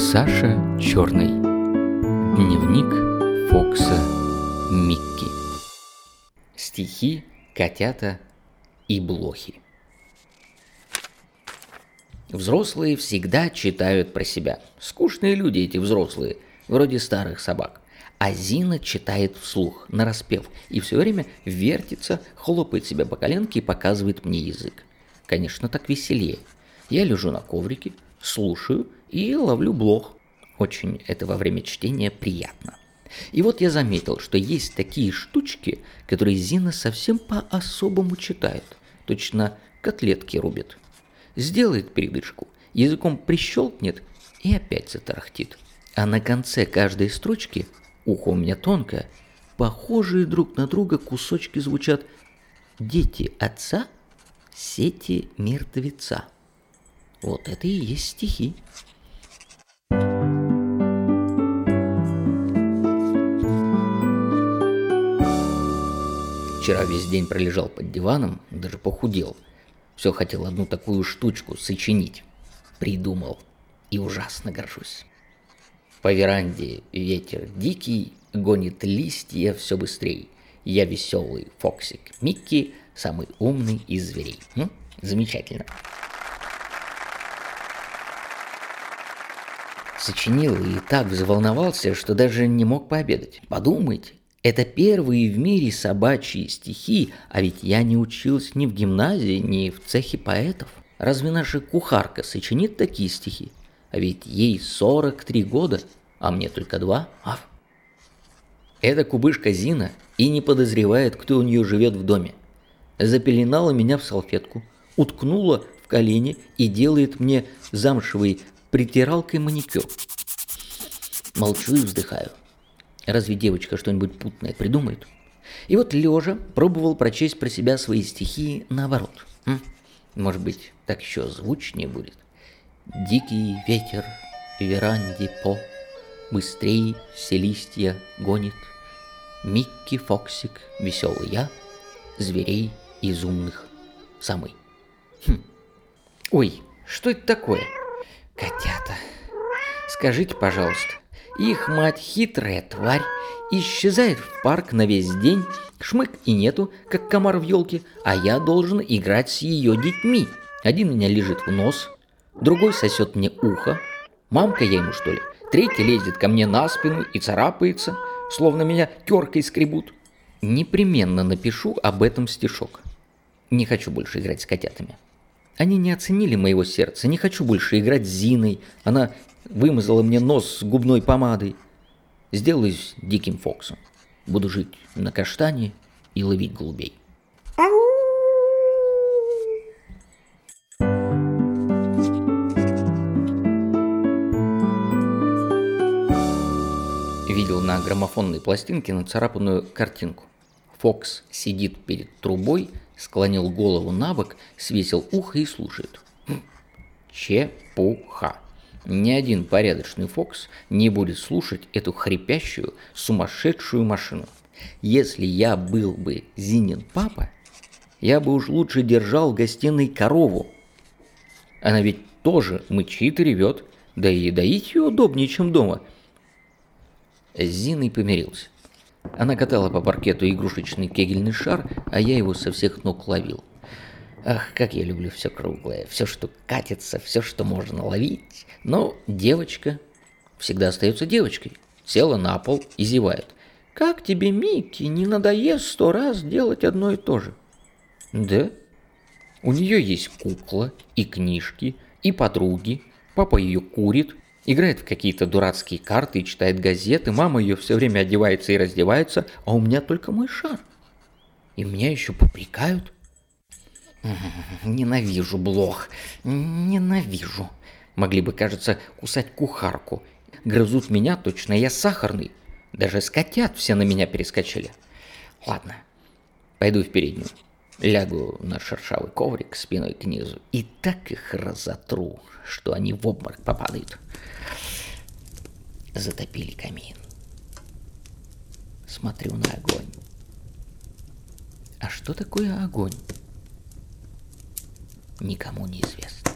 Саша Черный. Дневник Фокса Микки. Стихи, котята и блохи. Взрослые всегда читают про себя. Скучные люди эти взрослые, вроде старых собак. А Зина читает вслух, нараспев, и все время вертится, хлопает себя по коленке и показывает мне язык. Конечно, так веселее. Я лежу на коврике, слушаю и ловлю блох. Очень это во время чтения приятно. И вот я заметил, что есть такие штучки, которые Зина совсем по-особому читает. Точно котлетки рубит. Сделает передышку, языком прищелкнет и опять затарахтит. А на конце каждой строчки, ухо у меня тонкое, похожие друг на друга кусочки звучат: «Дети отца, сети мертвеца». Вот это и есть стихи. Вчера весь день пролежал под диваном, даже похудел. Все хотел одну такую штучку сочинить. Придумал. И ужасно горжусь. По веранде ветер дикий гонит листья все быстрее. Я веселый Фоксик Микки, самый умный из зверей. Замечательно. Сочинил и так взволновался, что даже не мог пообедать. Подумайте, это первые в мире собачьи стихи, а ведь я не учился ни в гимназии, ни в цехе поэтов. Разве наша кухарка сочинит такие стихи? А ведь ей 43 года, а мне только 2. Эта кубышка Зина и не подозревает, кто у нее живет в доме. Запеленала меня в салфетку, уткнула в колени и делает мне замшевой притиралкой маникюр. Молчу и вздыхаю. Разве девочка что-нибудь путное придумает? И вот лежа пробовал прочесть про себя свои стихи наоборот. Может быть, так еще звучнее будет. Дикий ветер в веранде быстрей все листья гонит. Микки Фоксик веселый я, зверей из умных самый. Ой, что это такое? Котята. Скажите, пожалуйста, их мать хитрая тварь, исчезает в парк на весь день, шмык и нету, как комар в елке, а я должен играть с ее детьми. Один меня лежит в нос, другой сосет мне ухо. Мамка я ему, что ли? Третий лезет ко мне на спину и царапается, словно меня теркой скребут. Непременно напишу об этом стишок. Не хочу больше играть с котятами. Они не оценили моего сердца, не хочу больше играть с Зиной. Она вымазала мне нос с губной помадой. Сделаюсь диким Фоксом. Буду жить на каштане и ловить голубей. Видел на граммофонной пластинке нацарапанную картинку. Фокс сидит перед трубой, склонил голову на бок, свесил ухо и слушает. Чепуха. Ни один порядочный Фокс не будет слушать эту хрипящую, сумасшедшую машину. Если я был бы Зинин папа, я бы уж лучше держал в гостиной корову. Она ведь тоже мычит и ревет, да и доить ее удобнее, чем дома. С Зиной помирился. Она катала по паркету игрушечный кегельный шар, а я его со всех ног ловил. Ах, как я люблю все круглое, все, что катится, все, что можно ловить. Но девочка всегда остается девочкой. Села на пол и зевает. Как тебе, Микки, не надоест 100 раз делать одно и то же? Да. У нее есть кукла и книжки, и подруги. Папа ее курит, играет в какие-то дурацкие карты и читает газеты. Мама ее все время одевается и раздевается, а у меня только мой шар. И меня еще попрекают. Ненавижу блох, ненавижу. Могли бы, кажется, кусать кухарку. Грызут меня, точно я сахарный. Даже с котят все на меня перескочили. Ладно, пойду в переднюю. Лягу на шершавый коврик спиной к низу и так их разотру, что они в обморок попадают. Затопили камин. Смотрю на огонь. А что такое огонь? Никому не известно.